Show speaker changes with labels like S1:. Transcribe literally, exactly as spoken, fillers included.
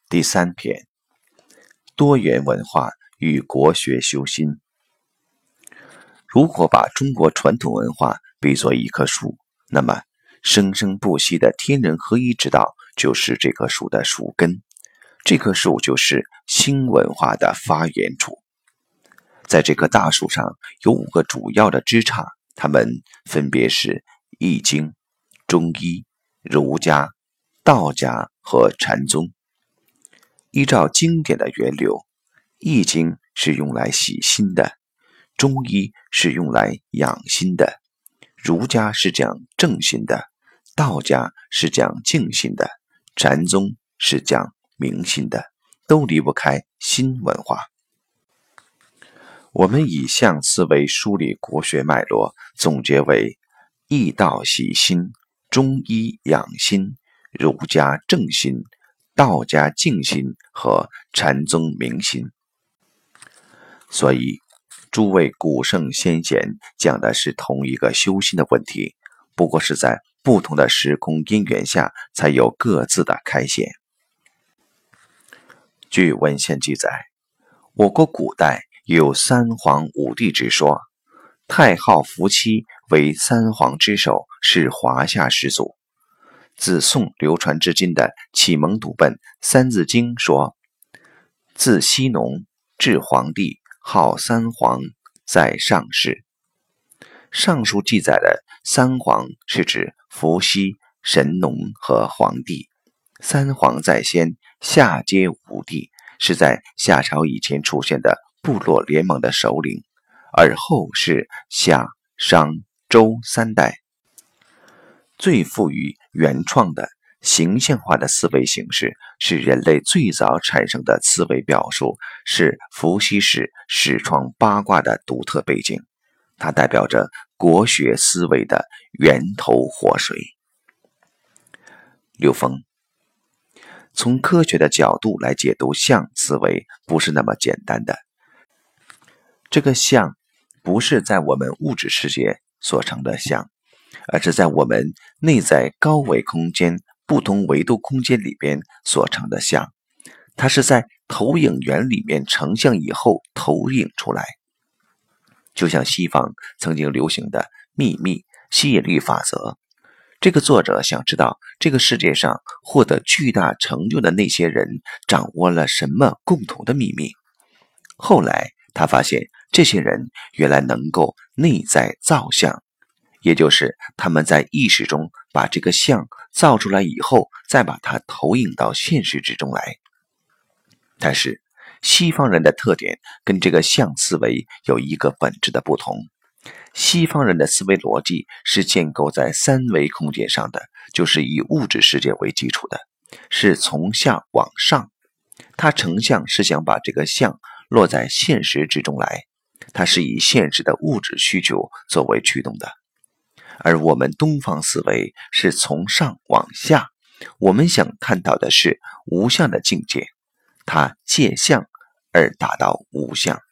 S1: 第三篇，多元文化与国学修心。如果把中国传统文化比作一棵树，那么生生不息的天人合一之道就是这棵树的树根，这棵树就是新文化的发源处。在这棵大树上有五个主要的枝杈，它们分别是易经、中医、儒家、道家和禅宗。依照经典的源流，易经是用来洗心的，中医是用来养心的，儒家是讲正心的，道家是讲静心的，禅宗是讲明心的，都离不开新文化。我们以象思维梳理国学脉络，总结为易道洗心，中医养心，儒家正心，道家静心和禅宗明心。所以诸位古圣先贤讲的是同一个修心的问题，不过是在不同的时空因缘下才有各自的开显。据文献记载，我国古代有三皇五帝之说，太昊伏羲为三皇之首，是华夏始祖。自宋流传至今的启蒙读本《三字经》说，自羲农至黄帝，号三皇，在上世。上述记载的三皇是指伏羲、神农和黄帝，三皇在先，下皆五帝，是在夏朝以前出现的部落联盟的首领，而后是夏、商、周三代。最富于原创的形象化的思维形式，是人类最早产生的思维表述，是伏羲氏始创八卦的独特背景，它代表着国学思维的源头活水。刘峰，从科学的角度来解读象思维不是那么简单的。这个象不是在我们物质世界所成的象，而是在我们内在高维空间不同维度空间里边所成的象，它是在投影源里面成像以后投影出来。就像西方曾经流行的秘密吸引力法则，这个作者想知道这个世界上获得巨大成就的那些人掌握了什么共同的秘密。后来他发现这些人原来能够内在造象，也就是他们在意识中把这个像造出来以后，再把它投影到现实之中来。但是西方人的特点跟这个像思维有一个本质的不同，西方人的思维逻辑是建构在三维空间上的，就是以物质世界为基础的，是从下往上，它成像是想把这个像落在现实之中来，它是以现实的物质需求作为驱动的。而我们东方思维是从上往下，我们想探讨的是无相的境界，它借相而达到无相。